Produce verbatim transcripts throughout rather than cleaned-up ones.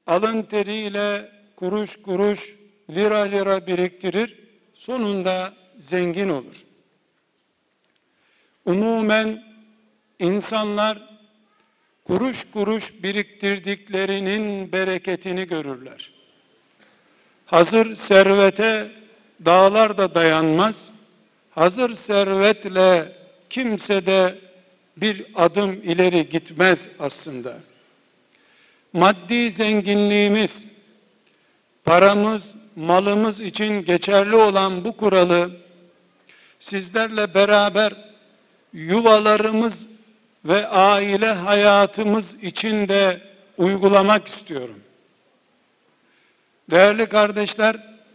alın teriyle kuruş kuruş, lira lira biriktirir, sonunda zengin olur. Umumen insanlar kuruş kuruş biriktirdiklerinin bereketini görürler. Hazır servete dağlar da dayanmaz. Hazır servetle kimse de bir adım ileri gitmez aslında. Maddi zenginliğimiz, paramız, malımız için geçerli olan bu kuralı sizlerle beraber yuvalarımız ve aile hayatımız için de uygulamak istiyorum. Değerli kardeşler,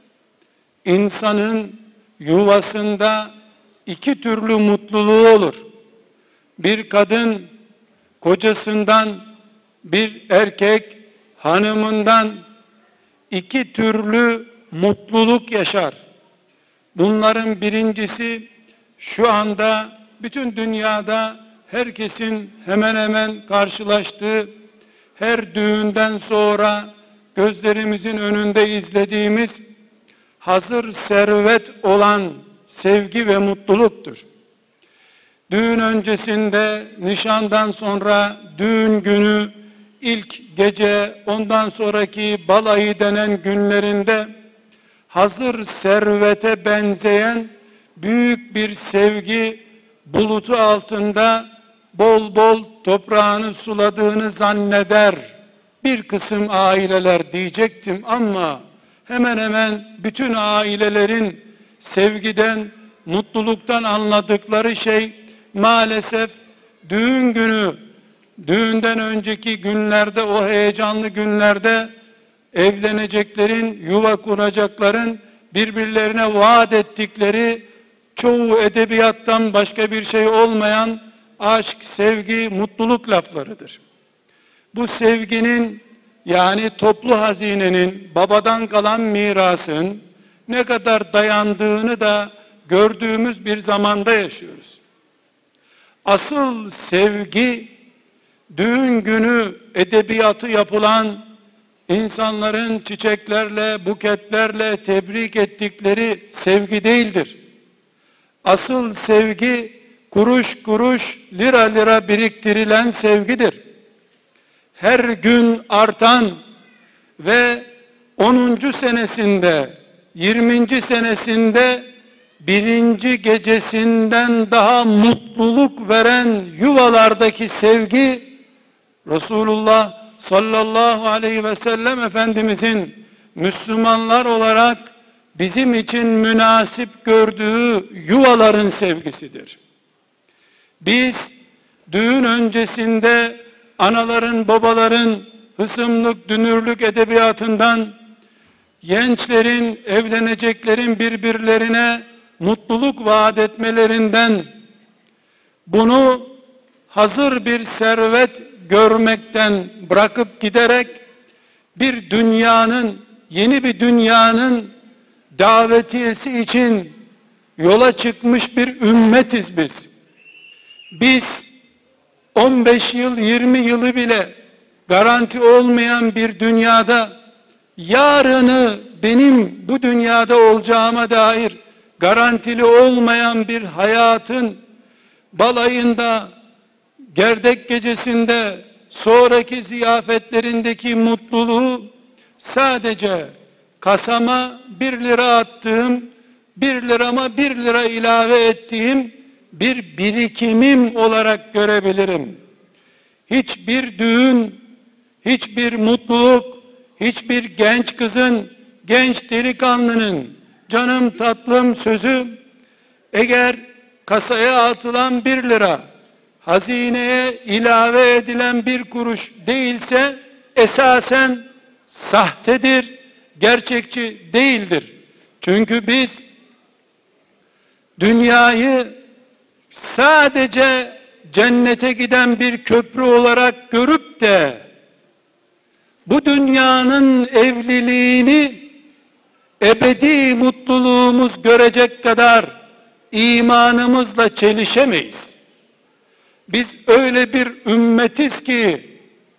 insanın yuvasında iki türlü mutluluğu olur. Bir kadın kocasından, bir erkek hanımından iki türlü mutluluk yaşar. Bunların birincisi şu anda bütün dünyada herkesin hemen hemen karşılaştığı, her düğünden sonra gözlerimizin önünde izlediğimiz hazır servet olan sevgi ve mutluluktur. Düğün öncesinde, nişandan sonra, düğün günü, ilk gece, ondan sonraki balayı denen günlerinde hazır servete benzeyen büyük bir sevgi bulutu altında bol bol toprağını suladığını zanneder bir kısım aileler diyecektim ama hemen hemen bütün ailelerin sevgiden, mutluluktan anladıkları şey maalesef düğün günü, düğünden önceki günlerde, o heyecanlı günlerde evleneceklerin, yuva kuracakların birbirlerine vaat ettikleri çoğu edebiyattan başka bir şey olmayan aşk, sevgi, mutluluk laflarıdır. Bu sevginin, yani toplu hazinenin, babadan kalan mirasın ne kadar dayandığını da gördüğümüz bir zamanda yaşıyoruz. Asıl sevgi, düğün günü edebiyatı yapılan, insanların çiçeklerle, buketlerle tebrik ettikleri sevgi değildir. Asıl sevgi, kuruş kuruş, lira lira biriktirilen sevgidir. Her gün artan ve onuncu senesinde, yirminci senesinde birinci gecesinden daha mutluluk veren yuvalardaki sevgi, Resulullah sallallahu aleyhi ve sellem Efendimizin Müslümanlar olarak bizim için münasip gördüğü yuvaların sevgisidir. Biz düğün öncesinde anaların, babaların hısımlık, dünürlük edebiyatından, gençlerin, evleneceklerin birbirlerine mutluluk vaat etmelerinden, bunu hazır bir servet görmekten bırakıp giderek bir dünyanın, yeni bir dünyanın davetiyesi için yola çıkmış bir ümmetiz biz. Biz on beş yıl, yirmi yılı bile garanti olmayan bir dünyada, yarını benim bu dünyada olacağıma dair garantili olmayan bir hayatın balayında, gerdek gecesinde, sonraki ziyafetlerindeki mutluluğu sadece kasama bir lira attığım, bir lirama bir lira ilave ettiğim bir birikimim olarak görebilirim. Hiçbir düğün, hiçbir mutluluk, hiçbir genç kızın, genç delikanlının canım tatlım sözü eğer kasaya atılan bir lira, hazineye ilave edilen bir kuruş değilse esasen sahtedir, gerçekçi değildir. Çünkü biz dünyayı sadece cennete giden bir köprü olarak görüp de bu dünyanın evliliğini ebedi mutluluğumuz görecek kadar imanımızla çelişemeyiz. Biz öyle bir ümmetiz ki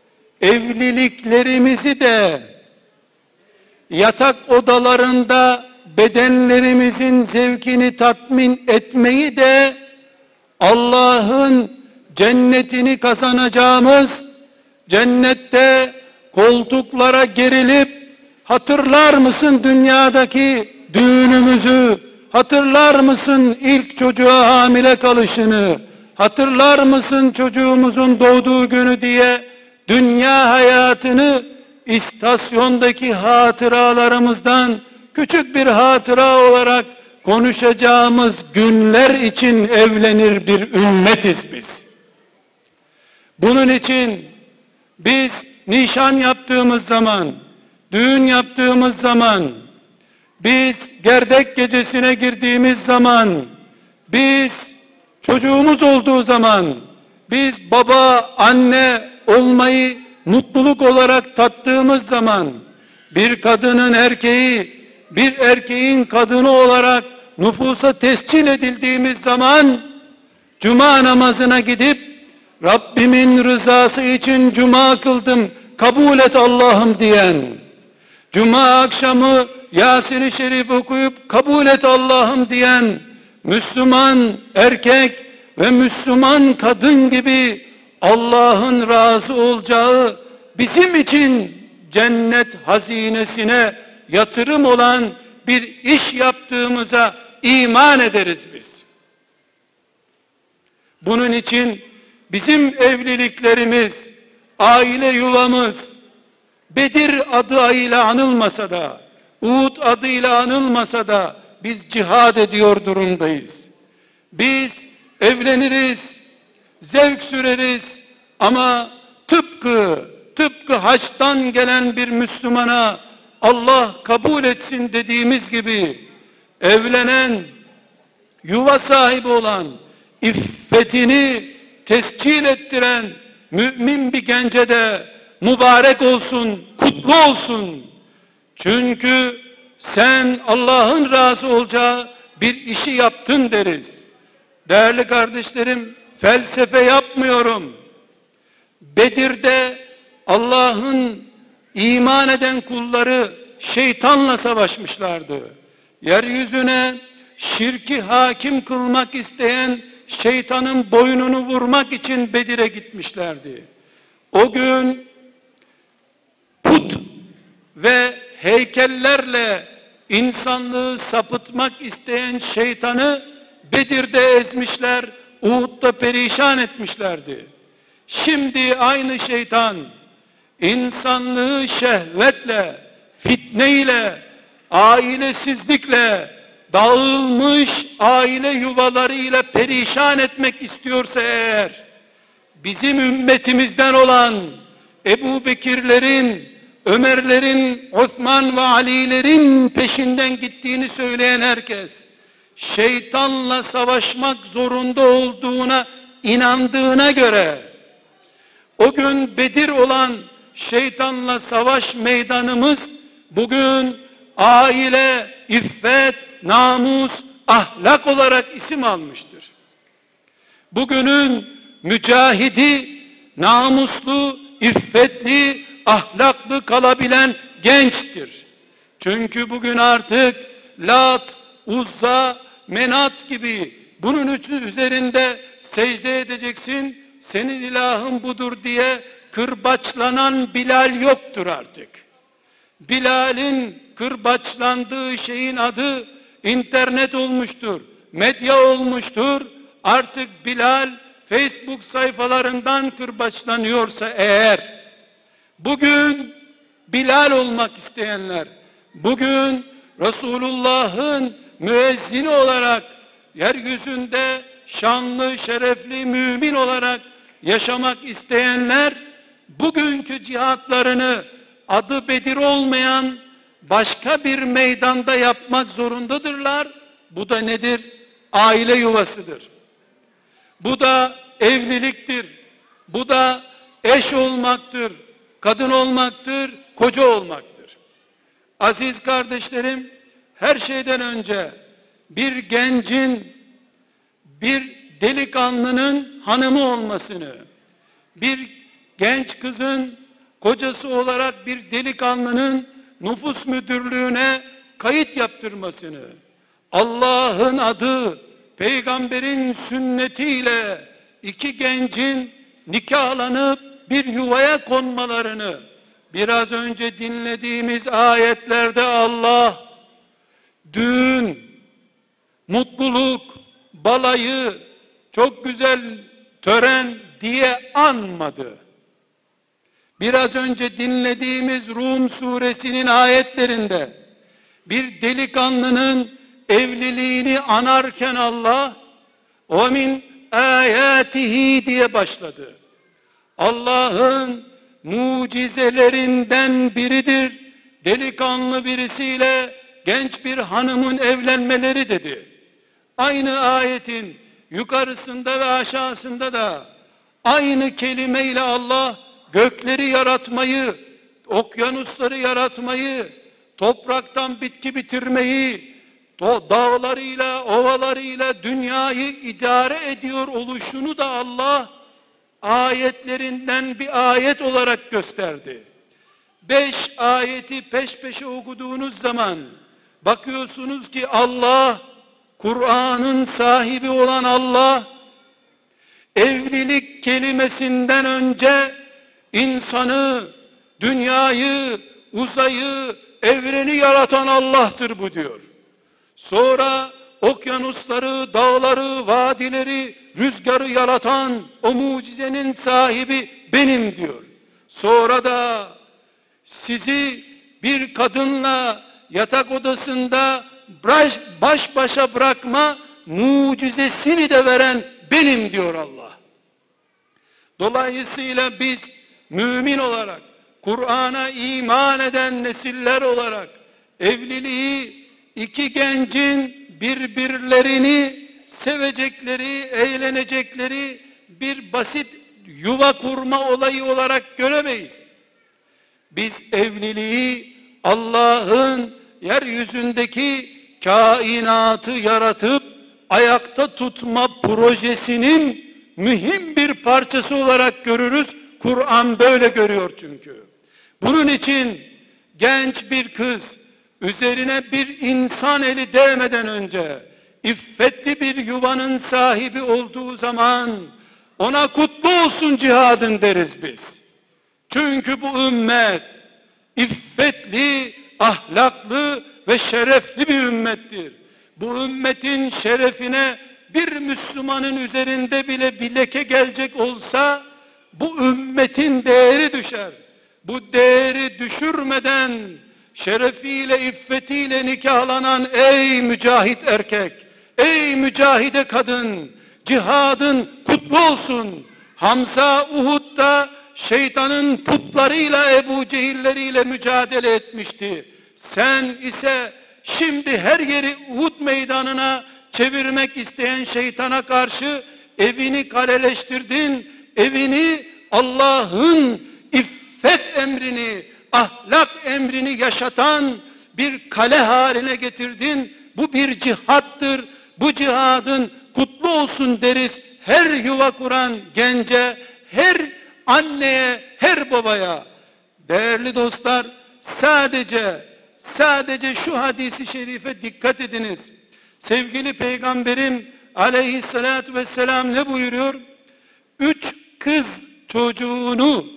evliliklerimizi de, yatak odalarında bedenlerimizin zevkini tatmin etmeyi de Allah'ın cennetini kazanacağımız, cennette koltuklara gerilip, hatırlar mısın dünyadaki düğünümüzü, hatırlar mısın ilk çocuğa hamile kalışını, hatırlar mısın çocuğumuzun doğduğu günü diye dünya hayatını istasyondaki hatıralarımızdan küçük bir hatıra olarak konuşacağımız günler için evlenir bir ümmetiz biz. Bunun için biz nişan yaptığımız zaman, düğün yaptığımız zaman, biz gerdek gecesine girdiğimiz zaman, biz çocuğumuz olduğu zaman, biz baba, anne olmayı mutluluk olarak tattığımız zaman, bir kadının erkeği, bir erkeğin kadını olarak nüfusa tescil edildiğimiz zaman, cuma namazına gidip Rabbimin rızası için cuma kıldım, kabul et Allah'ım diyen, cuma akşamı Yasin-i Şerif okuyup kabul et Allah'ım diyen Müslüman erkek ve Müslüman kadın gibi Allah'ın razı olacağı, bizim için cennet hazinesine yatırım olan bir iş yaptığımıza iman ederiz biz. Bunun için bizim evliliklerimiz, aile yuvamız Bedir adıyla anılmasa da, Uhud adıyla anılmasa da biz cihad ediyor durumdayız. Biz evleniriz, zevk süreriz ama tıpkı tıpkı haçtan gelen bir Müslümana Allah kabul etsin dediğimiz gibi evlenen, yuva sahibi olan, iffetini tescil ettiren mümin bir gence de mübarek olsun, kutlu olsun. Çünkü sen Allah'ın razı olacağı bir işi yaptın deriz. Değerli kardeşlerim, felsefe yapmıyorum. Bedir'de Allah'ın iman eden kulları şeytanla savaşmışlardı. Yeryüzüne şirki hakim kılmak isteyen şeytanın boynunu vurmak için Bedir'e gitmişlerdi. O gün put ve heykellerle insanlığı sapıtmak isteyen şeytanı Bedir'de ezmişler, Uhud'da perişan etmişlerdi. Şimdi aynı şeytan insanlığı şehvetle, fitneyle, ailesizlikle, dağılmış aile yuvalarıyla perişan etmek istiyorsa eğer, bizim ümmetimizden olan Ebu Bekirlerin, Ömerlerin, Osman ve Alilerin peşinden gittiğini söyleyen herkes, şeytanla savaşmak zorunda olduğuna inandığına göre, o gün Bedir olan şeytanla savaş meydanımız bugün aile, iffet, namus, ahlak olarak isim almıştır. Bugünün mücahidi, namuslu, iffetli, ahlaklı kalabilen gençtir. Çünkü bugün artık Lat, Uzza, Menat gibi bunun üzerinde secde edeceksin, senin ilahın budur diye kırbaçlanan Bilal yoktur artık. Bilal'in kırbaçlandığı şeyin adı internet olmuştur, medya olmuştur. Artık Bilal Facebook sayfalarından kırbaçlanıyorsa eğer, bugün Bilal olmak isteyenler, bugün Resulullah'ın müezzini olarak yeryüzünde şanlı, şerefli, mümin olarak yaşamak isteyenler, bugünkü cihatlarını adı Bedir olmayan başka bir meydanda yapmak zorundadırlar. Bu da nedir? Aile yuvasıdır. Bu da evliliktir. Bu da eş olmaktır, kadın olmaktır, koca olmaktır. Aziz kardeşlerim, her şeyden önce bir gencin, bir delikanlının hanımı olmasını, bir genç kızın kocası olarak bir delikanlının nüfus müdürlüğüne kayıt yaptırmasını, Allah'ın adı, peygamberin sünnetiyle iki gencin nikahlanıp bir yuvaya konmalarını, biraz önce dinlediğimiz ayetlerde Allah düğün, mutluluk, balayı, çok güzel tören diye anmadı. Biraz önce dinlediğimiz Rum suresinin ayetlerinde bir delikanlının evliliğini anarken Allah o min ayatihi diye başladı. Allah'ın mucizelerinden biridir delikanlı birisiyle genç bir hanımın evlenmeleri dedi. Aynı ayetin yukarısında ve aşağısında da aynı kelimeyle Allah gökleri yaratmayı, okyanusları yaratmayı, topraktan bitki bitirmeyi, dağlarıyla, ovalarıyla dünyayı idare ediyor oluşunu da Allah ayetlerinden bir ayet olarak gösterdi. Beş ayeti peş peşe okuduğunuz zaman bakıyorsunuz ki Allah, Kur'an'ın sahibi olan Allah, evlilik kelimesinden önce insanı, dünyayı, uzayı, evreni yaratan Allah'tır bu diyor. Sonra okyanusları, dağları, vadileri, rüzgarı yaratan o mucizenin sahibi benim diyor. Sonra da sizi bir kadınla yatak odasında baş, baş başa bırakma mucizesini de veren benim diyor Allah. Dolayısıyla biz mümin olarak, Kur'an'a iman eden nesiller olarak evliliği iki gencin birbirlerini sevecekleri, eğlenecekleri bir basit yuva kurma olayı olarak göremeyiz. Biz evliliği Allah'ın yeryüzündeki kainatı yaratıp ayakta tutma projesinin mühim bir parçası olarak görürüz. Kur'an böyle görüyor çünkü. Bunun için genç bir kız üzerine bir insan eli değmeden önce iffetli bir yuvanın sahibi olduğu zaman ona kutlu olsun cihadın deriz biz. Çünkü bu ümmet iffetli, ahlaklı ve şerefli bir ümmettir. Bu ümmetin şerefine bir Müslümanın üzerinde bile bir leke gelecek olsa bu ümmetin değeri düşer. Bu değeri düşürmeden şerefiyle, iffetiyle nikahlanan ey mücahit erkek, ey mücahide kadın, cihadın kutlu olsun. Hamza Uhud'da şeytanın putlarıyla, Ebu Cehilleriyle mücadele etmişti. Sen ise şimdi her yeri Uhud meydanına çevirmek isteyen şeytana karşı evini kaleleştirdin. Evini Allah'ın iffet emrini, ahlak emrini yaşatan bir kale haline getirdin. Bu bir cihattır. Bu cihadın kutlu olsun deriz her yuva kuran gence, her anneye, her babaya. Değerli dostlar, sadece sadece şu hadisi şerife dikkat ediniz. Sevgili Peygamberim aleyhissalatü vesselam ne buyuruyor? Üç kız çocuğunu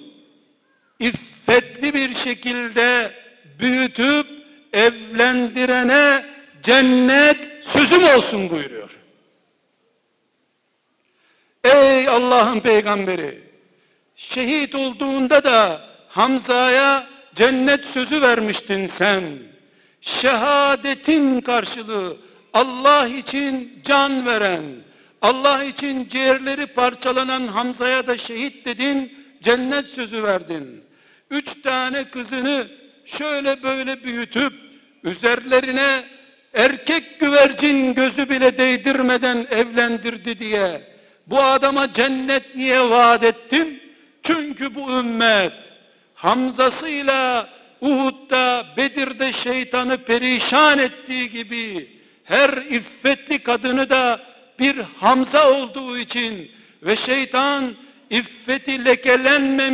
iffetli bir şekilde büyütüp evlendirene cennet sözüm olsun buyuruyor. Ey Allah'ın peygamberi, şehit olduğunda da Hamza'ya cennet sözü vermiştin sen. Şehadetin karşılığı Allah için can veren, Allah için ciğerleri parçalanan Hamza'ya da şehit dedin, cennet sözü verdin. Üç tane kızını şöyle böyle büyütüp üzerlerine erkek güvercin gözü bile değdirmeden evlendirdi diye bu adama cennet niye vaat ettin? Çünkü bu ümmet Hamza'sıyla Uhud'da, Bedir'de şeytanı perişan ettiği gibi her iffetli kadını da bir Hamza olduğu için ve şeytan iffeti lekelenmemiş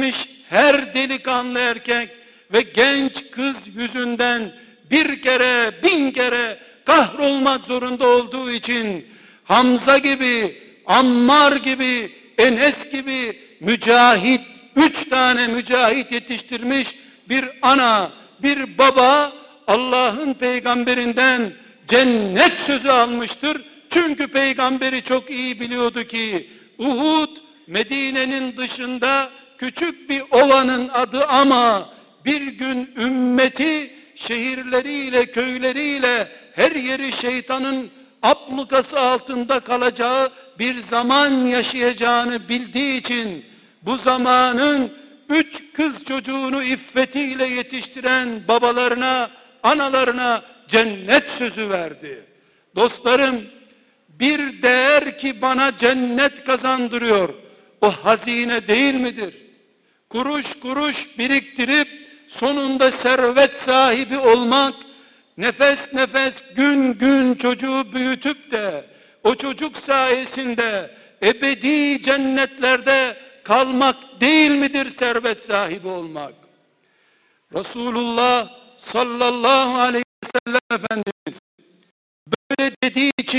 her delikanlı erkek ve genç kız yüzünden bir kere, bin kere kahrolmak zorunda olduğu için Hamza gibi, Ammar gibi, Enes gibi mücahit, üç tane mücahit yetiştirmiş bir ana, bir baba Allah'ın peygamberinden cennet sözü almıştır. Çünkü peygamberi çok iyi biliyordu ki Uhud Medine'nin dışında küçük bir ovanın adı ama bir gün ümmeti şehirleriyle, köyleriyle her yeri şeytanın ablukası altında kalacağı bir zaman yaşayacağını bildiği için bu zamanın üç kız çocuğunu iffetiyle yetiştiren babalarına, analarına cennet sözü verdi. Dostlarım, bir değer ki bana cennet kazandırıyor, o hazine değil midir? Kuruş kuruş biriktirip sonunda servet sahibi olmak, nefes nefes gün gün çocuğu büyütüp de o çocuk sayesinde ebedi cennetlerde kalmak değil midir servet sahibi olmak? Resulullah sallallahu aleyhi ve sellem Efendimiz böyle dediği için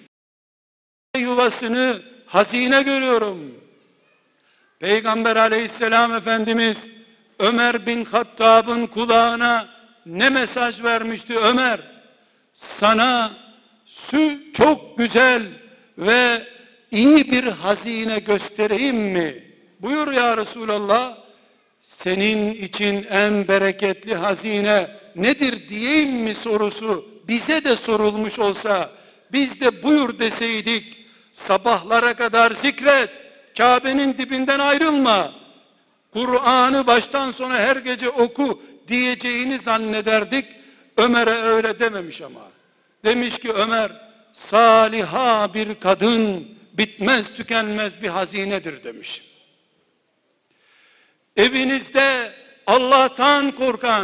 yuvasını hazine görüyorum. Peygamber aleyhisselam Efendimiz Ömer bin Hattab'ın kulağına ne mesaj vermişti? Ömer, sana sü çok güzel ve iyi bir hazine göstereyim mi? Buyur ya Resulallah. Senin için en bereketli hazine nedir diyeyim mi sorusu bize de sorulmuş olsa, biz de buyur deseydik, sabahlara kadar zikret, Kabe'nin dibinden ayrılma, Kur'an'ı baştan sona her gece oku diyeceğini zannederdik. Ömer'e öyle dememiş ama. Demiş ki Ömer, saliha bir kadın bitmez tükenmez bir hazinedir demiş. Evinizde Allah'tan korkan,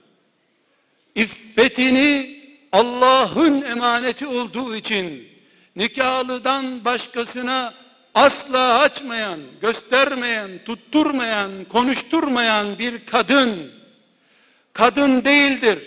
iffetini Allah'ın emaneti olduğu için nikahlıdan başkasına asla açmayan, göstermeyen, tutturmayan, konuşturmayan bir kadın, kadın değildir.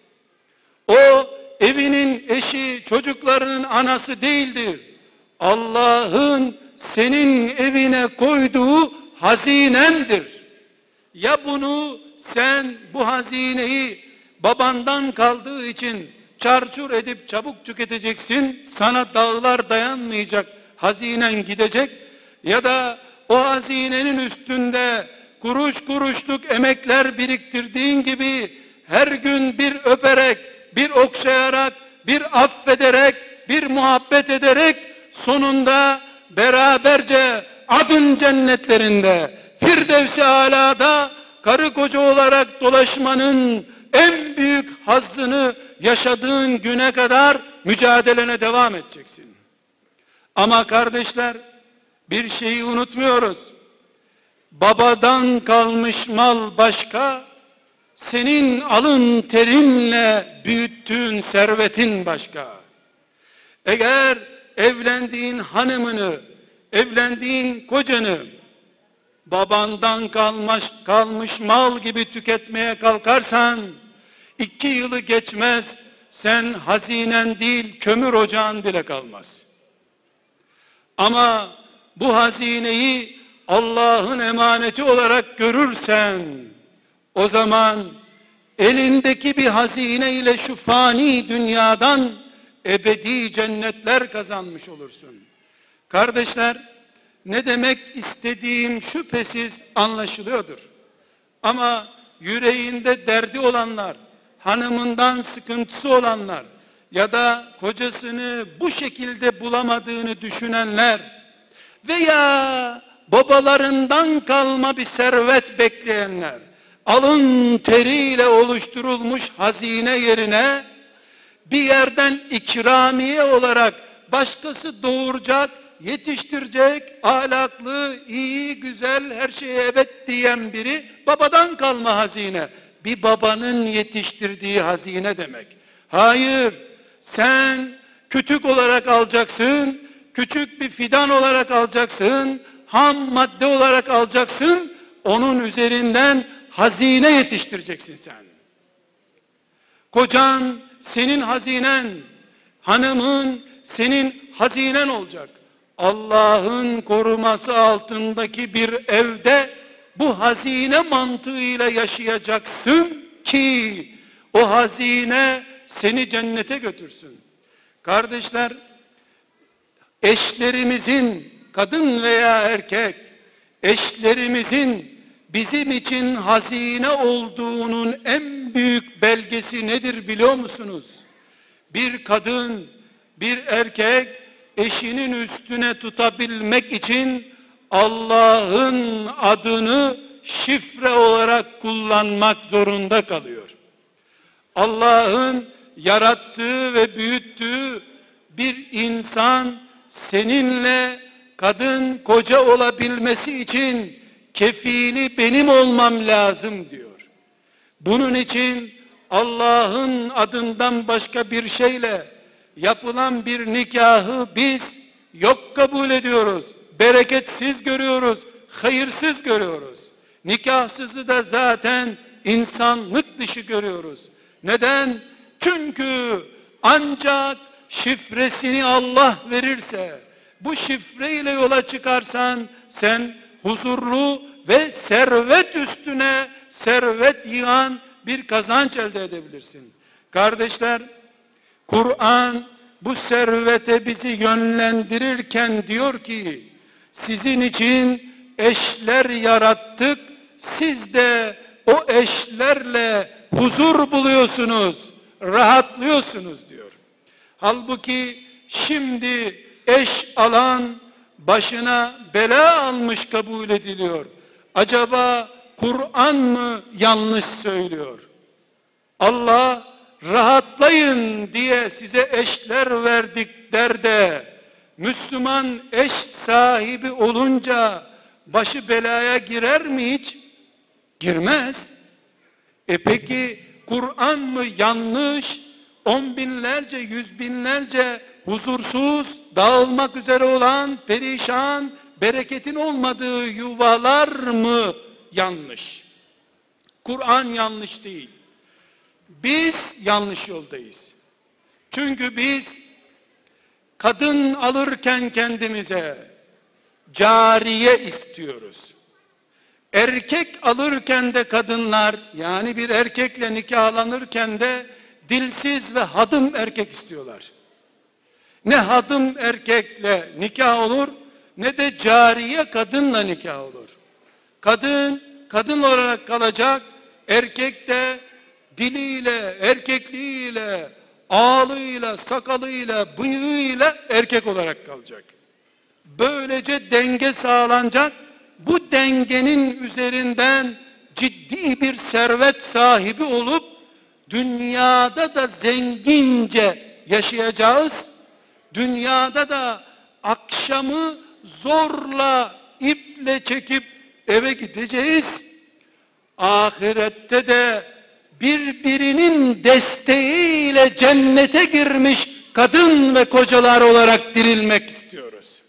O evinin eşi, çocuklarının anası değildir. Allah'ın senin evine koyduğu hazinendir. Ya bunu sen bu hazineyi babandan kaldığı için çarçur edip çabuk tüketeceksin, sana dağlar dayanmayacak, hazinen gidecek, ya da o hazinenin üstünde kuruş kuruşluk emekler biriktirdiğin gibi her gün bir öperek, bir okşayarak, bir affederek, bir muhabbet ederek sonunda beraberce adın cennetlerinde, Firdevs-i Alâ'da karı koca olarak dolaşmanın en büyük hazzını yaşadığın güne kadar mücadelene devam edeceksin. Ama kardeşler, bir şeyi unutmuyoruz. Babadan kalmış mal başka, senin alın terinle büyüttüğün servetin başka. Eğer evlendiğin hanımını, evlendiğin kocanı babandan kalmış, kalmış mal gibi tüketmeye kalkarsan, iki yılı geçmez, sen hazinen değil kömür ocağın bile kalmaz. Ama bu hazineyi Allah'ın emaneti olarak görürsen, o zaman elindeki bir hazine ile şu fani dünyadan ebedi cennetler kazanmış olursun. Kardeşler, ne demek istediğim şüphesiz anlaşılıyordur. Ama yüreğinde derdi olanlar, hanımından sıkıntısı olanlar ya da kocasını bu şekilde bulamadığını düşünenler veya babalarından kalma bir servet bekleyenler, alın teriyle oluşturulmuş hazine yerine bir yerden ikramiye olarak başkası doğuracak, yetiştirecek, ahlaklı, iyi, güzel, her şeye evet diyen biri babadan kalma hazine. Bir babanın yetiştirdiği hazine demek. Hayır, sen kütük olarak alacaksın, küçük bir fidan olarak alacaksın, ham madde olarak alacaksın, onun üzerinden hazine yetiştireceksin sen. Kocan senin hazinen, hanımın senin hazinen olacak. Allah'ın koruması altındaki bir evde bu hazine mantığıyla yaşayacaksın ki o hazine seni cennete götürsün. Kardeşler, eşlerimizin, kadın veya erkek, eşlerimizin bizim için hazine olduğunun en büyük belgesi nedir biliyor musunuz? Bir kadın, bir erkek eşinin üstüne tutabilmek için Allah'ın adını şifre olarak kullanmak zorunda kalıyor. Allah'ın yarattığı ve büyüttüğü bir insan seninle kadın koca olabilmesi için kefili benim olmam lazım diyor. Bunun için Allah'ın adından başka bir şeyle yapılan bir nikahı biz yok kabul ediyoruz. Bereketsiz görüyoruz, hayırsız görüyoruz. Nikahsızı da zaten insanlık dışı görüyoruz. Neden? Çünkü ancak şifresini Allah verirse, bu şifreyle yola çıkarsan sen huzurlu ve servet üstüne servet yığan bir kazanç elde edebilirsin. Kardeşler, Kur'an bu servete bizi yönlendirirken diyor ki, sizin için eşler yarattık, siz de o eşlerle huzur buluyorsunuz, rahatlıyorsunuz diyor. Halbuki şimdi eş alan başına bela almış kabul ediliyor. Acaba Kur'an mı yanlış söylüyor? Allah rahatlayın diye size eşler verdik der de Müslüman eş sahibi olunca başı belaya girer mi hiç? Girmez. E peki Kur'an mı yanlış? On binlerce, yüz binlerce huzursuz, dağılmak üzere olan, perişan, bereketin olmadığı yuvalar mı yanlış? Kur'an yanlış değil. Biz yanlış yoldayız. Çünkü biz kadın alırken kendimize cariye istiyoruz. Erkek alırken de kadınlar, yani bir erkekle nikahlanırken de dilsiz ve hadım erkek istiyorlar. Ne hadım erkekle nikah olur, ne de cariye kadınla nikah olur. Kadın, kadın olarak kalacak, erkek de diliyle, erkekliğiyle, ağlıyla, sakalıyla, bıyığıyla erkek olarak kalacak. Böylece denge sağlanacak. Bu dengenin üzerinden ciddi bir servet sahibi olup dünyada da zengince yaşayacağız. Dünyada da akşamı zorla iple çekip eve gideceğiz. Ahirette de birbirinin desteğiyle cennete girmiş kadın ve kocalar olarak dirilmek istiyoruz.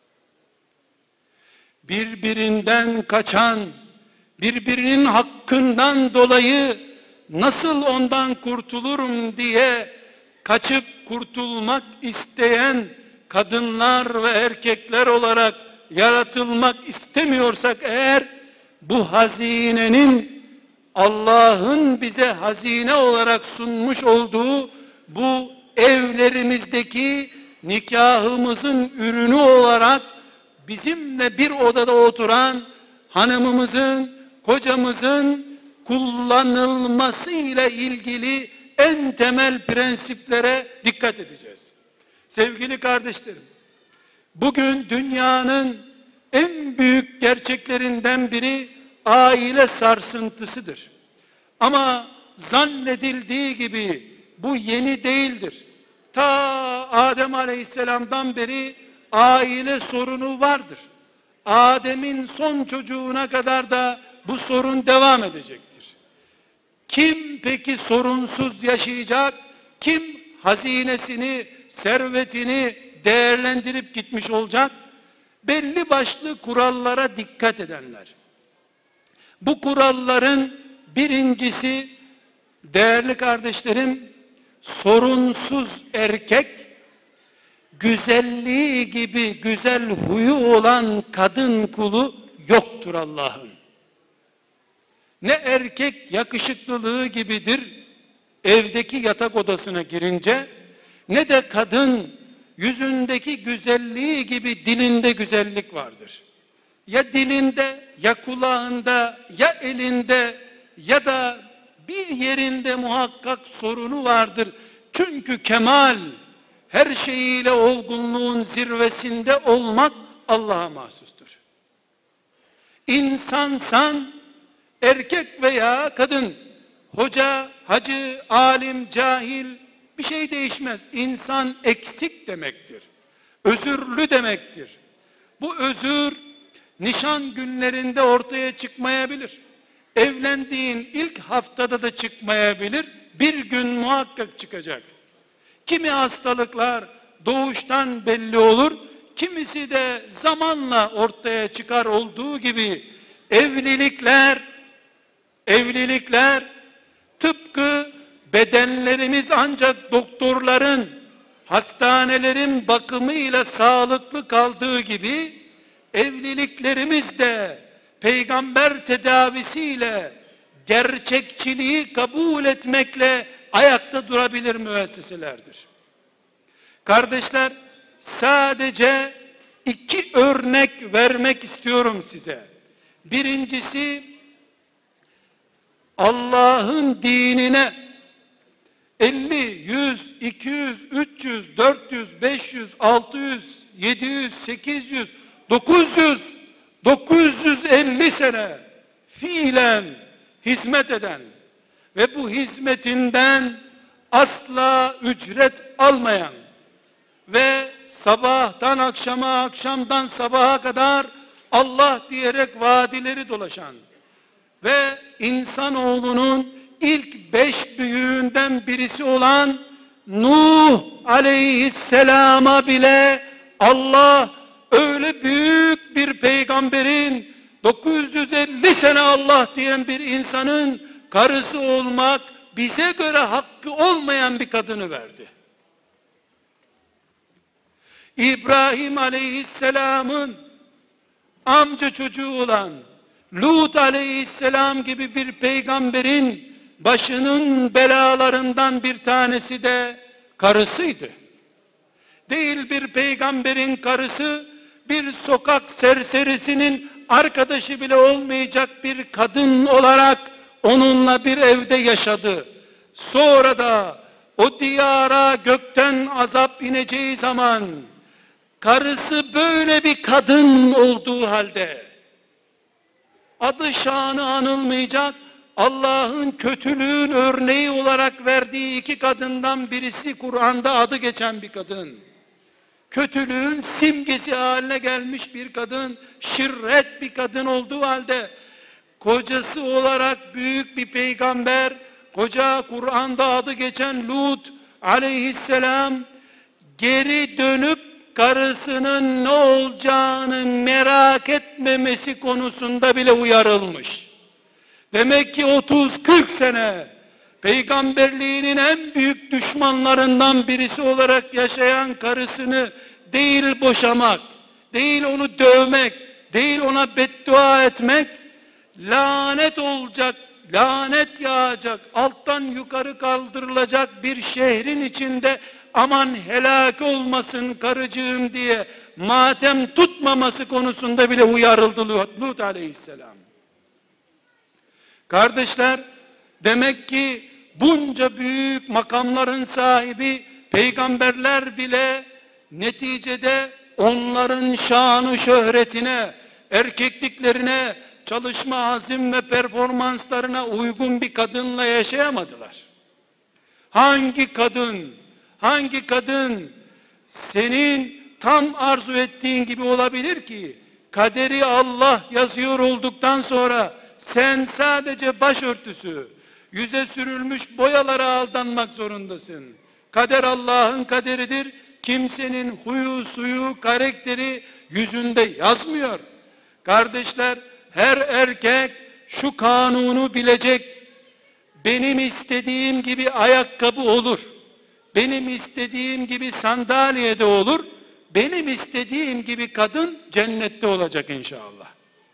Birbirinden kaçan, birbirinin hakkından dolayı nasıl ondan kurtulurum diye kaçıp kurtulmak isteyen kadınlar ve erkekler olarak yaratılmak istemiyorsak eğer, bu hazinenin Allah'ın bize hazine olarak sunmuş olduğu bu evlerimizdeki nikahımızın ürünü olarak bizimle bir odada oturan hanımımızın, kocamızın kullanılması ile ilgili en temel prensiplere dikkat edeceğiz. Sevgili kardeşlerim, bugün dünyanın en büyük gerçeklerinden biri aile sarsıntısıdır. Ama zannedildiği gibi bu yeni değildir. Ta Adem Aleyhisselam'dan beri aile sorunu vardır. Adem'in son çocuğuna kadar da bu sorun devam edecektir. Kim peki sorunsuz yaşayacak? Kim hazinesini, servetini değerlendirip gitmiş olacak? Belli başlı kurallara dikkat edenler. Bu kuralların birincisi, değerli kardeşlerim, sorunsuz erkek, güzelliği gibi güzel huyu olan kadın kulu yoktur Allah'ın. Ne erkek yakışıklılığı gibidir evdeki yatak odasına girince, ne de kadın yüzündeki güzelliği gibi dilinde güzellik vardır. Ya dilinde, ya kulağında, ya elinde, ya da bir yerinde muhakkak sorunu vardır. Çünkü kemal, her şeyiyle olgunluğun zirvesinde olmak Allah'a mahsustur. İnsansan, erkek veya kadın, hoca, hacı, alim, cahil, bir şey değişmez. İnsan eksik demektir. Özürlü demektir. Bu özür nişan günlerinde ortaya çıkmayabilir. Evlendiğin ilk haftada da çıkmayabilir. Bir gün muhakkak çıkacak. Kimi hastalıklar doğuştan belli olur, kimisi de zamanla ortaya çıkar olduğu gibi evlilikler, evlilikler tıpkı bedenlerimiz ancak doktorların, hastanelerin bakımıyla sağlıklı kaldığı gibi evliliklerimiz de peygamber tedavisiyle, gerçekçiliği kabul etmekle ayakta durabilir müesseselerdir. Kardeşler, sadece iki örnek vermek istiyorum size. Birincisi, Allah'ın dinine elli, yüz, iki yüz, üç yüz, dört yüz, beş yüz, altı yüz, yedi yüz, sekiz yüz, dokuz yüz, dokuz yüz elli sene fiilen hizmet eden ve bu hizmetinden asla ücret almayan ve sabahtan akşama, akşamdan sabaha kadar Allah diyerek vadileri dolaşan ve insanoğlunun ilk beş büyüğünden birisi olan Nuh aleyhisselama bile Allah öyle büyük bir peygamberin, dokuz yüz elli sene Allah diyen bir insanın karısı olmak bize göre hakkı olmayan bir kadını verdi. İbrahim aleyhisselamın amca çocuğu olan Lut aleyhisselam gibi bir peygamberin başının belalarından bir tanesi de karısıydı. Değil bir peygamberin karısı, bir sokak serserisinin arkadaşı bile olmayacak bir kadın olarak onunla bir evde yaşadı. Sonra da o diyara gökten azap ineceği zaman karısı böyle bir kadın olduğu halde adı şanı anılmayacak, Allah'ın kötülüğün örneği olarak verdiği iki kadından birisi Kur'an'da adı geçen bir kadın. Kötülüğün simgesi haline gelmiş bir kadın, şirret bir kadın olduğu halde kocası olarak büyük bir peygamber, koca Kur'an'da adı geçen Lut aleyhisselam geri dönüp karısının ne olacağını merak etmemesi konusunda bile uyarılmış. Demek ki otuz kırk sene peygamberliğinin en büyük düşmanlarından birisi olarak yaşayan karısını değil boşamak, değil onu dövmek, değil ona beddua etmek, lanet olacak, lanet yağacak, alttan yukarı kaldırılacak bir şehrin içinde aman helak olmasın karıcığım diye matem tutmaması konusunda bile uyarıldı Lut aleyhisselam. Kardeşler, demek ki bunca büyük makamların sahibi peygamberler bile neticede onların şanı şöhretine, erkekliklerine, çalışma azim ve performanslarına uygun bir kadınla yaşayamadılar. Hangi kadın, hangi kadın senin tam arzu ettiğin gibi olabilir ki? Kaderi Allah yazıyor olduktan sonra sen sadece başörtüsü, yüze sürülmüş boyalara aldanmak zorundasın. Kader Allah'ın kaderidir. Kimsenin huyu, suyu, karakteri yüzünde yazmıyor. Kardeşler, her erkek şu kanunu bilecek, benim istediğim gibi ayakkabı olur, benim istediğim gibi sandalyede olur, benim istediğim gibi kadın cennette olacak inşallah.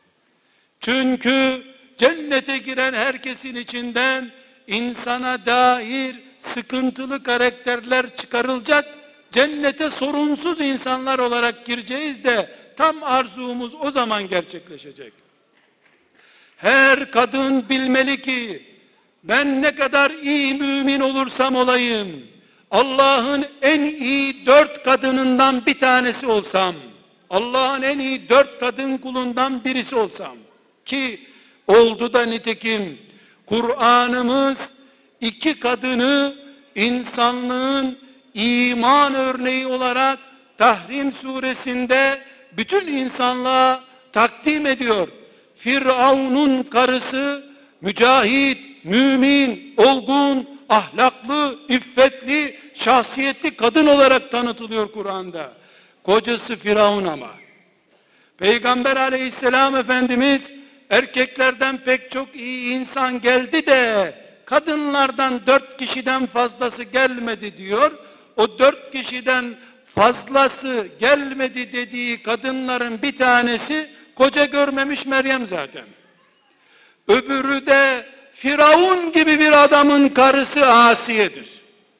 Çünkü cennete giren herkesin içinden insana dair sıkıntılı karakterler çıkarılacak, cennete sorunsuz insanlar olarak gireceğiz de tam arzumuz o zaman gerçekleşecek. Her kadın bilmeli ki ben ne kadar iyi mümin olursam olayım, Allah'ın en iyi dört kadınından bir tanesi olsam, Allah'ın en iyi dört kadın kulundan birisi olsam, ki oldu da nitekim Kur'an'ımız iki kadını insanlığın iman örneği olarak Tahrim suresinde bütün insanlığa takdim ediyor. Firavun'un karısı mücahit, mümin, olgun, ahlaklı, iffetli, şahsiyetli kadın olarak tanıtılıyor Kur'an'da. Kocası Firavun ama. Peygamber aleyhisselam Efendimiz erkeklerden pek çok iyi insan geldi de kadınlardan dört kişiden fazlası gelmedi diyor. O dört kişiden fazlası gelmedi dediği kadınların bir tanesi koca görmemiş Meryem zaten. Öbürü de Firavun gibi bir adamın karısı Asiye'dir.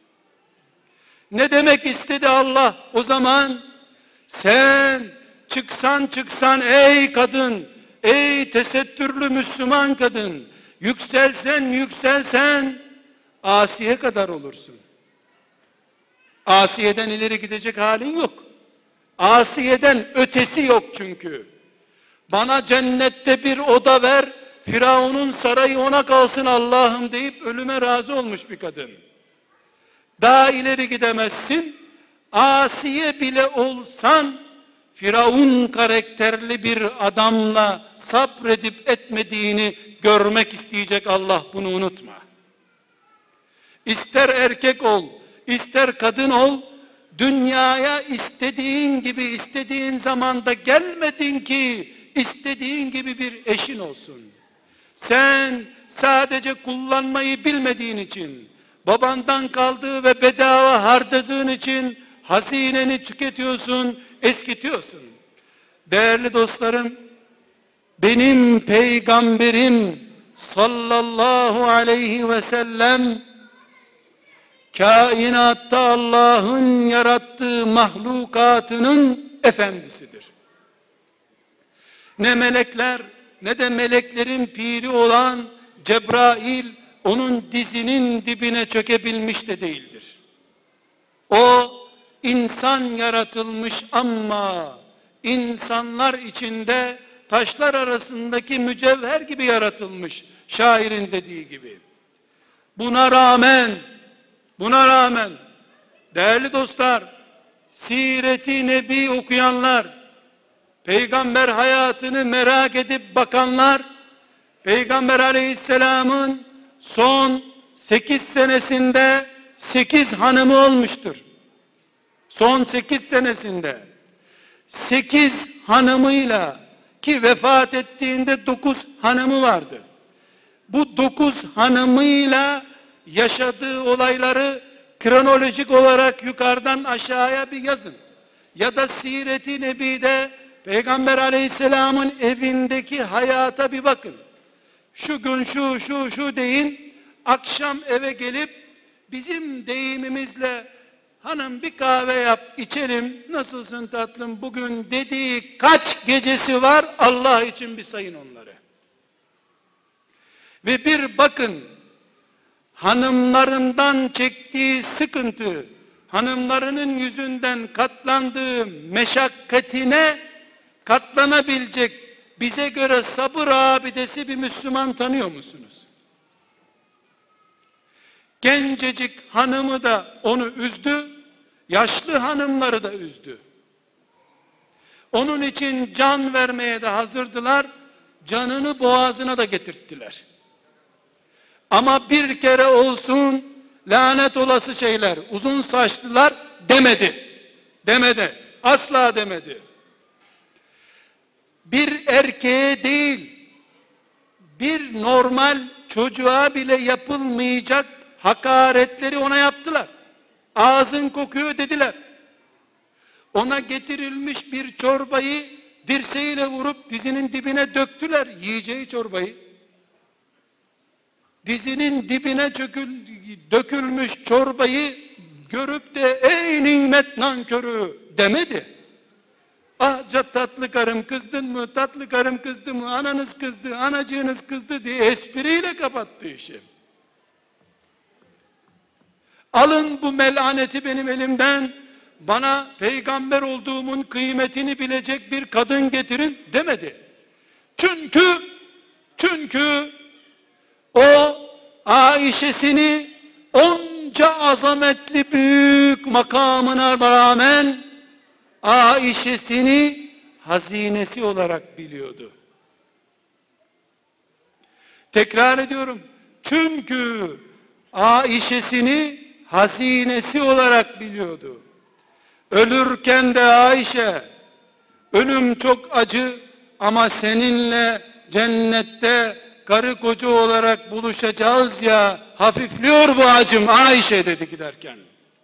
Ne demek istedi Allah o zaman? Sen çıksan çıksan ey kadın, ey tesettürlü Müslüman kadın, yükselsen yükselsen Asiye kadar olursun. Asiye'den ileri gidecek halin yok. Asiye'den ötesi yok çünkü. Bana cennette bir oda ver, Firavun'un sarayı ona kalsın Allah'ım deyip ölüme razı olmuş bir kadın. Daha ileri gidemezsin. Asiye bile olsan Firavun karakterli bir adamla sabredip etmediğini görmek isteyecek Allah, bunu unutma. İster erkek ol, ister kadın ol, dünyaya istediğin gibi istediğin zamanda gelmedin ki istediğin gibi bir eşin olsun. Sen sadece kullanmayı bilmediğin için, babandan kaldığı ve bedava harcadığın için hazineni tüketiyorsun, eskitiyorsun. Değerli dostlarım, benim peygamberim sallallahu aleyhi ve sellem kainatta Allah'ın yarattığı mahlukatının efendisidir. Ne melekler ne de meleklerin piri olan Cebrail onun dizinin dibine çökebilmiş de değildir. O insan yaratılmış ama insanlar içinde taşlar arasındaki mücevher gibi yaratılmış, şairin dediği gibi. Buna rağmen buna rağmen değerli dostlar, Siret-i Nebi okuyanlar, peygamber hayatını merak edip bakanlar, Peygamber aleyhisselamın son sekiz senesinde sekiz hanımı olmuştur. Son sekiz senesinde sekiz hanımıyla, ki vefat ettiğinde dokuz hanımı vardı. Bu dokuz hanımıyla yaşadığı olayları kronolojik olarak yukarıdan aşağıya bir yazın. Ya da Siret-i Nebi'de Peygamber aleyhisselamın evindeki hayata bir bakın. Şu gün şu şu şu deyin, akşam eve gelip bizim deyimimizle hanım bir kahve yap içelim, nasılsın tatlım bugün dediği kaç gecesi var, Allah için bir sayın onları. Ve bir bakın, hanımlarından çektiği sıkıntı, hanımlarının yüzünden katlandığı meşakkatine katlanabilecek bize göre sabır abidesi bir Müslüman tanıyor musunuz? Gencecik hanımı da onu üzdü, yaşlı hanımları da üzdü. Onun için can vermeye de hazırdılar, canını boğazına da getirttiler. Ama bir kere olsun lanet olası şeyler, uzun saçlılar demedi. Demedi. Asla demedi. Bir erkeğe değil, bir normal çocuğa bile yapılmayacak hakaretleri ona yaptılar. Ağzın kokuyor dediler. Ona getirilmiş bir çorbayı dirseğiyle vurup dizinin dibine döktüler, yiyeceği çorbayı. Dizinin dibine çökül, dökülmüş çorbayı görüp de ey nimet nankörü demedi. Ah tatlı karım kızdın mı, tatlı karım kızdı mı, ananız kızdı, anacığınız kızdı diye espriyle kapattı işi. Alın bu melaneti benim elimden, bana peygamber olduğumun kıymetini bilecek bir kadın getirin demedi. Çünkü, çünkü o Ayşe'sini onca azametli büyük makamına rağmen Ayşe'sini hazinesi olarak biliyordu. Tekrar ediyorum. Çünkü Ayşe'sini hazinesi olarak biliyordu. Ölürken de Ayşe, ölüm çok acı ama seninle cennette karı koca olarak buluşacağız ya, hafifliyor bu acım Ayşe dedi giderken.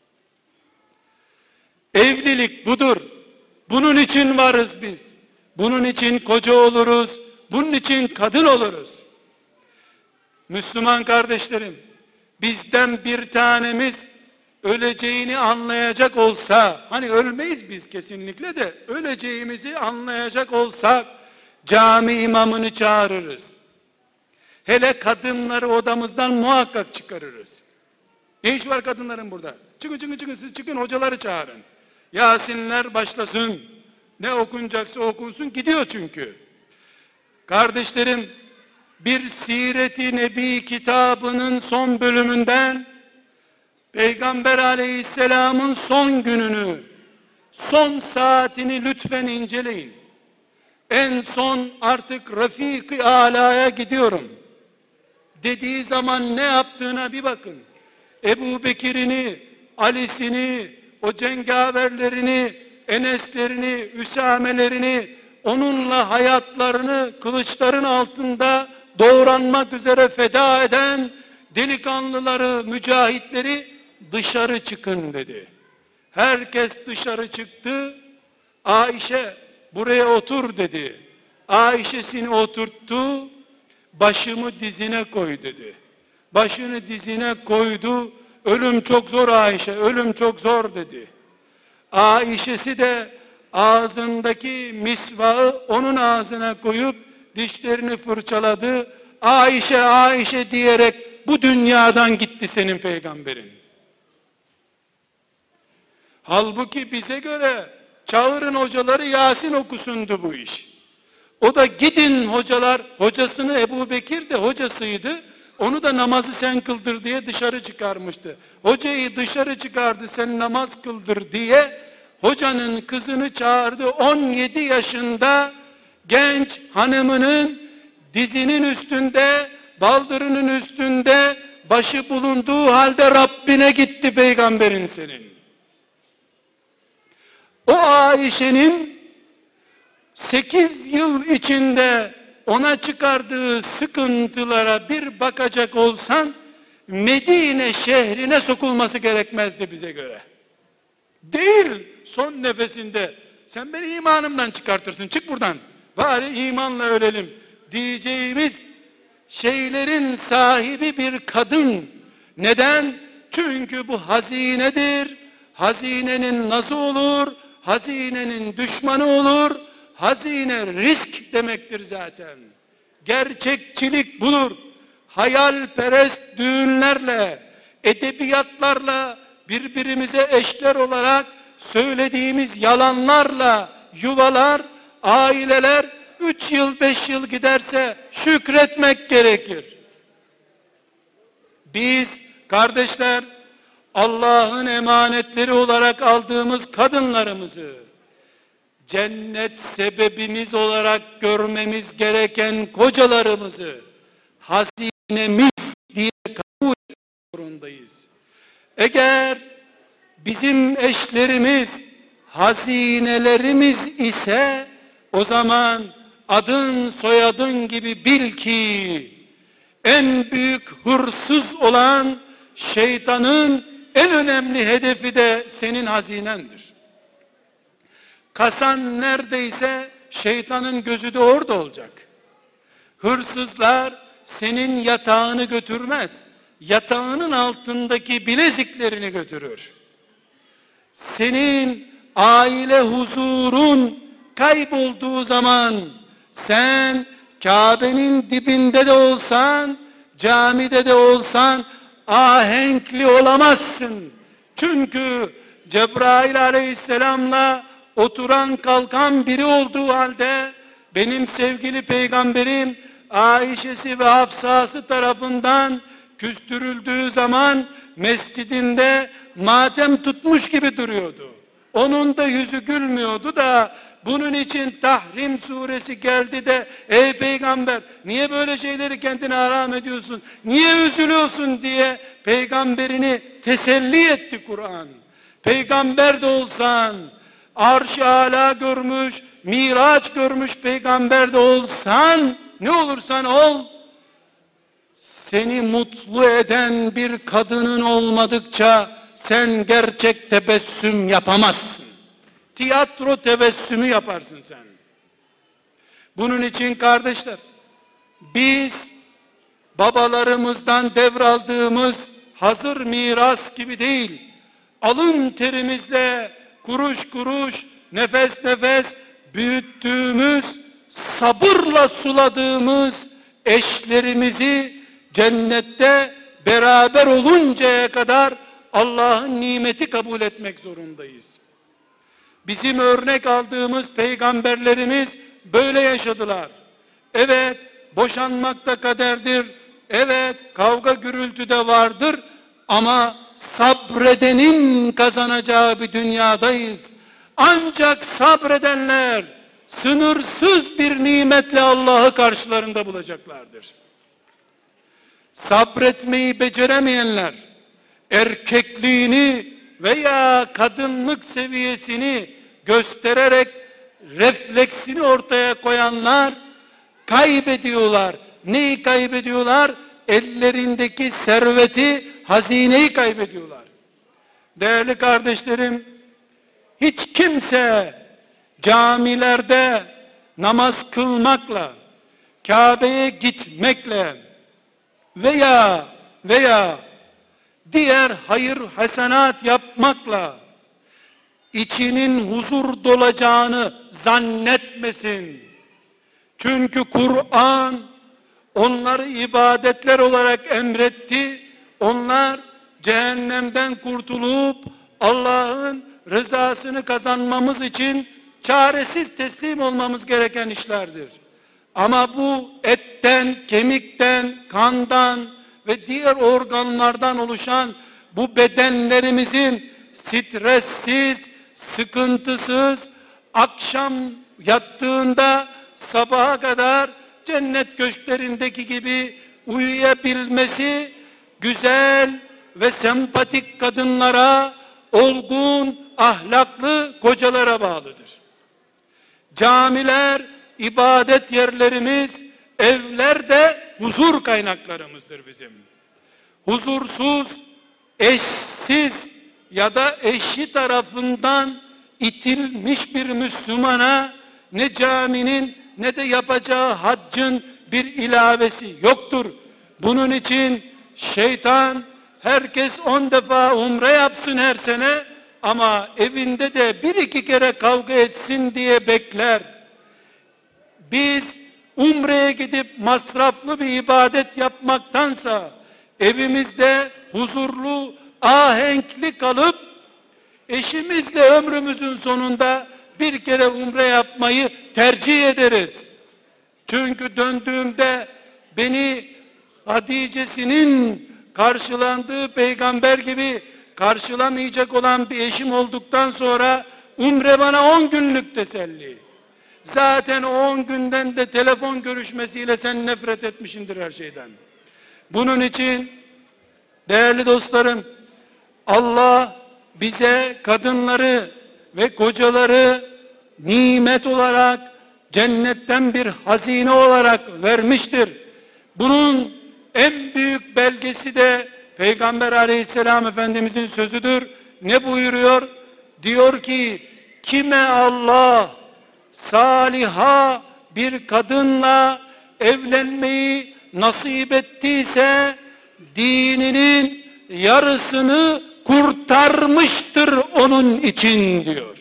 Evlilik budur. Bunun için varız biz. Bunun için koca oluruz. Bunun için kadın oluruz. Müslüman kardeşlerim, bizden bir tanemiz öleceğini anlayacak olsa, hani ölmeyiz biz kesinlikle de, öleceğimizi anlayacak olsak cami imamını çağırırız. Hele kadınları odamızdan muhakkak çıkarırız. Ne iş var kadınların burada? Çıkın çıkın çıkın, siz çıkın, hocaları çağırın. Yasinler başlasın. Ne okunacaksa okunsun, gidiyor çünkü. Kardeşlerim, bir Siret-i Nebi kitabının son bölümünden Peygamber aleyhisselamın son gününü, son saatini lütfen inceleyin. En son artık Rafik-i Ala'ya gidiyorum dediği zaman ne yaptığına bir bakın. Ebu Bekir'ini, Ali'sini, o cengaverlerini, Enes'lerini, Üsamelerini, onunla hayatlarını kılıçların altında doğranmak üzere feda eden delikanlıları, mücahitleri dışarı çıkın dedi. Herkes dışarı çıktı. Ayşe buraya otur dedi. Ayşe'sini oturttu. Başımı dizine koy dedi. Başını dizine koydu. Ölüm çok zor Ayşe, ölüm çok zor dedi. Ayşe'si de ağzındaki misvağı onun ağzına koyup dişlerini fırçaladı. Ayşe, Ayşe diyerek bu dünyadan gitti senin peygamberin. Halbuki bize göre çağırın hocaları Yasin okusundu bu iş. O da gidin hocalar, hocasını Ebu Bekir de hocasıydı. Onu da namazı sen kıldır diye dışarı çıkarmıştı. Hocayı dışarı çıkardı sen namaz kıldır diye hocanın kızını çağırdı. on yedi yaşında genç hanımının dizinin üstünde, baldırının üstünde başı bulunduğu halde Rabbine gitti peygamberin senin. O Ayşe'nin sekiz yıl içinde ona çıkardığı sıkıntılara bir bakacak olsan Medine şehrine sokulması gerekmezdi bize göre. Değil, son nefesinde sen beni imanımdan çıkartırsın, çık buradan, bari imanla ölelim diyeceğimiz şeylerin sahibi bir kadın. Neden? Çünkü bu hazinedir. Hazinenin nazı olur, hazinenin düşmanı olur. Hazine risk demektir zaten. Gerçekçilik budur. Hayalperest düğünlerle, edebiyatlarla, birbirimize eşler olarak söylediğimiz yalanlarla yuvalar, aileler üç yıl beş yıl giderse şükretmek gerekir. Biz kardeşler Allah'ın emanetleri olarak aldığımız kadınlarımızı cennet sebebimiz olarak görmemiz gereken kocalarımızı hazinemiz diye kabul etmek zorundayız. Eğer bizim eşlerimiz hazinelerimiz ise o zaman adın soyadın gibi bil ki en büyük hırsız olan şeytanın en önemli hedefi de senin hazinendir. Kasan neredeyse şeytanın gözü de orada olacak. Hırsızlar senin yatağını götürmez, yatağının altındaki bileziklerini götürür. Senin aile huzurun kaybolduğu zaman sen Kabe'nin dibinde de olsan, camide de olsan ahenkli olamazsın. Çünkü Cebrail aleyhisselamla oturan kalkan biri olduğu halde benim sevgili peygamberim Ayşe'si ve Hafsa'sı tarafından küstürüldüğü zaman mescidinde matem tutmuş gibi duruyordu. Onun da yüzü gülmüyordu da bunun için Tahrim suresi geldi de ey peygamber niye böyle şeyleri kendine haram ediyorsun, niye üzülüyorsun diye peygamberini teselli etti Kur'an. Peygamber de olsan, arş-ı âlâ görmüş, miraç görmüş peygamber de olsan, ne olursan ol, seni mutlu eden bir kadının olmadıkça sen gerçek tebessüm yapamazsın. Tiyatro tebessümü yaparsın sen. Bunun için kardeşler, biz babalarımızdan devraldığımız hazır miras gibi değil, alın terimizle kuruş kuruş, nefes nefes büyüttüğümüz, sabırla suladığımız eşlerimizi cennette beraber oluncaya kadar Allah'ın nimeti kabul etmek zorundayız. Bizim örnek aldığımız peygamberlerimiz böyle yaşadılar. Evet, boşanmak da kaderdir. Evet, kavga gürültü de vardır. Ama sabredenin kazanacağı bir dünyadayız. Ancak sabredenler sınırsız bir nimetle Allah'ı karşılarında bulacaklardır. Sabretmeyi beceremeyenler, erkekliğini veya kadınlık seviyesini göstererek refleksini ortaya koyanlar kaybediyorlar. Neyi kaybediyorlar? Ellerindeki serveti, hazineyi kaybediyorlar. Değerli kardeşlerim, hiç kimse camilerde namaz kılmakla, Kabe'ye gitmekle veya veya diğer hayır hasenat yapmakla içinin huzur dolacağını zannetmesin. Çünkü Kur'an onları ibadetler olarak emretti. Onlar cehennemden kurtulup Allah'ın rızasını kazanmamız için çaresiz teslim olmamız gereken işlerdir. Ama bu etten, kemikten, kandan ve diğer organlardan oluşan bu bedenlerimizin stressiz, sıkıntısız, akşam yattığında sabaha kadar cennet köşklerindeki gibi uyuyabilmesi güzel ve sempatik kadınlara, olgun, ahlaklı kocalara bağlıdır. Camiler, ibadet yerlerimiz, evler de huzur kaynaklarımızdır bizim. Huzursuz, eşsiz ya da eşi tarafından itilmiş bir Müslümana ne caminin ne de yapacağı haccın bir ilavesi yoktur. Bunun için şeytan herkes on defa umre yapsın her sene ama evinde de bir iki kere kavga etsin diye bekler. Biz umreye gidip masraflı bir ibadet yapmaktansa evimizde huzurlu, ahenkli kalıp eşimizle ömrümüzün sonunda bir kere umre yapmayı tercih ederiz. Çünkü döndüğümde beni Hatice'sinin karşılandığı peygamber gibi karşılamayacak olan bir eşim olduktan sonra umre bana on günlük teselli. Zaten o on günden de telefon görüşmesiyle sen nefret etmişsindir her şeyden. Bunun için değerli dostlarım, Allah bize kadınları ve kocaları nimet olarak cennetten bir hazine olarak vermiştir. Bunun en büyük belgesi de Peygamber Aleyhisselam Efendimizin sözüdür. Ne buyuruyor? Diyor ki, kime Allah saliha bir kadınla evlenmeyi nasip ettiyse dininin yarısını kurtarmıştır onun için diyor.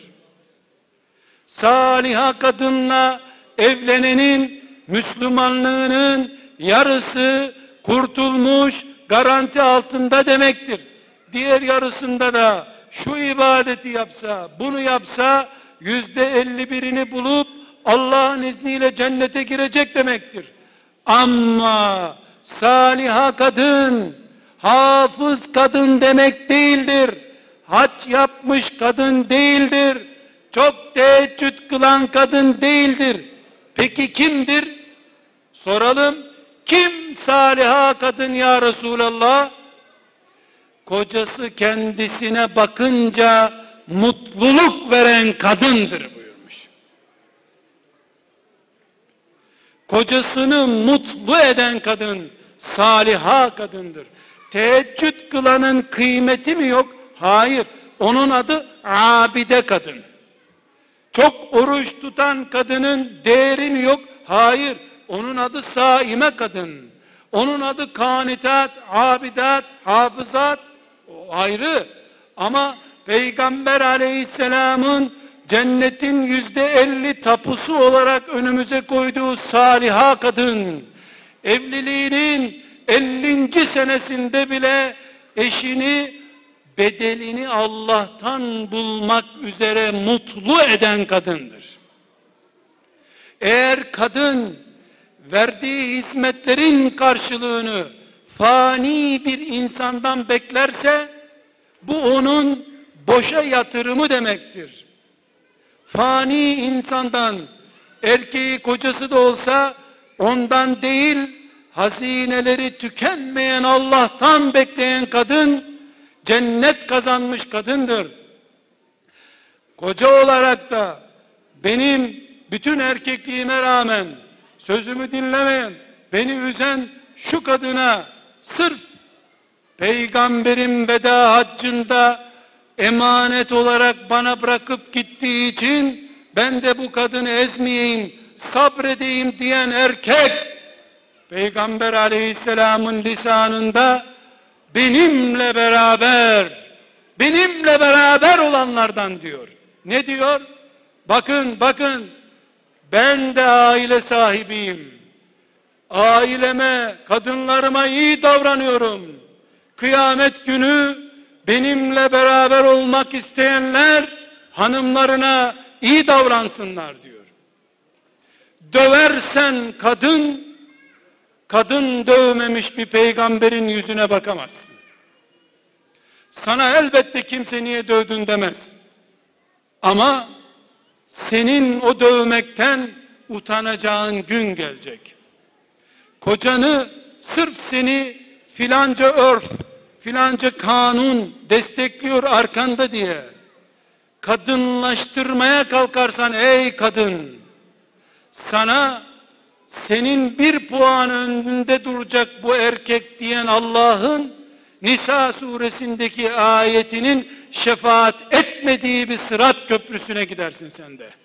Saliha kadınla evlenenin Müslümanlığının yarısı kurtulmuş, garanti altında demektir. Diğer yarısında da şu ibadeti yapsa, bunu yapsa yüzde elli birini bulup Allah'ın izniyle cennete girecek demektir. Ama saliha kadın, hafız kadın demek değildir. Hac yapmış kadın değildir. Çok teheccüd kılan kadın değildir. Peki kimdir? Soralım. Kim saliha kadın ya Resulallah? Kocası kendisine bakınca mutluluk veren kadındır buyurmuş. Kocasını mutlu eden kadın saliha kadındır. Teheccüd kılanın kıymeti mi yok? Hayır. Onun adı abide kadın. Çok oruç tutan kadının değeri mi yok? Hayır. Onun adı saime kadın. Onun adı kanitat, abidat, hafızat. O ayrı. Ama Peygamber Aleyhisselam'ın cennetin yüzde elli tapusu olarak önümüze koyduğu saliha kadın, evliliğinin ellinci senesinde bile eşini bedelini Allah'tan bulmak üzere mutlu eden kadındır. Eğer kadın verdiği hizmetlerin karşılığını fani bir insandan beklerse bu onun boşa yatırımı demektir. Fani insandan, erkeği kocası da olsa ondan değil, hazineleri tükenmeyen Allah'tan bekleyen kadın cennet kazanmış kadındır. Koca olarak da benim bütün erkekliğime rağmen sözümü dinlemeyen, beni üzen şu kadına sırf Peygamberim veda haccında emanet olarak bana bırakıp gittiği için ben de bu kadını ezmeyeyim, sabredeyim diyen erkek, Peygamber Aleyhisselam'ın lisanında benimle beraber, benimle beraber olanlardan diyor. Ne diyor? Bakın, bakın, ben de aile sahibiyim. Aileme, kadınlarıma iyi davranıyorum. Kıyamet günü benimle beraber olmak isteyenler hanımlarına iyi davransınlar diyor. Döversen kadın, kadın dövmemiş bir peygamberin yüzüne bakamazsın. Sana elbette kimse niye dövdün demez. Ama senin o dövmekten utanacağın gün gelecek. Kocanı sırf seni filanca örf, filanca kanun destekliyor arkanda diye kadınlaştırmaya kalkarsan ey kadın, sana senin bir puan önünde duracak bu erkek diyen Allah'ın Nisa suresindeki ayetinin şefaat etmediği bir sırat köprüsüne gidersin sen de.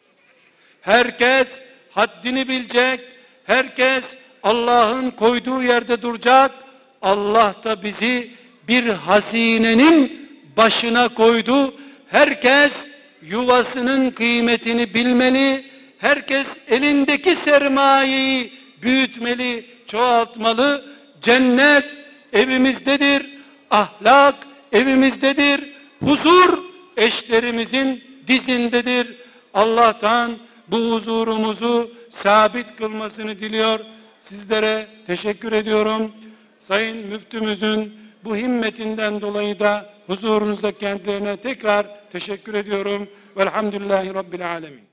Herkes haddini bilecek, herkes Allah'ın koyduğu yerde duracak. Allah da bizi bir hazinenin başına koydu. Herkes yuvasının kıymetini bilmeli. Herkes elindeki sermayeyi büyütmeli, çoğaltmalı. Cennet evimizdedir, ahlak evimizdedir, huzur eşlerimizin dizindedir. Allah'tan bu huzurumuzu sabit kılmasını diliyor. Sizlere teşekkür ediyorum. Sayın Müftümüzün bu himmetinden dolayı da huzurunuzda kendilerine tekrar teşekkür ediyorum. Velhamdülillahi Rabbil Alemin.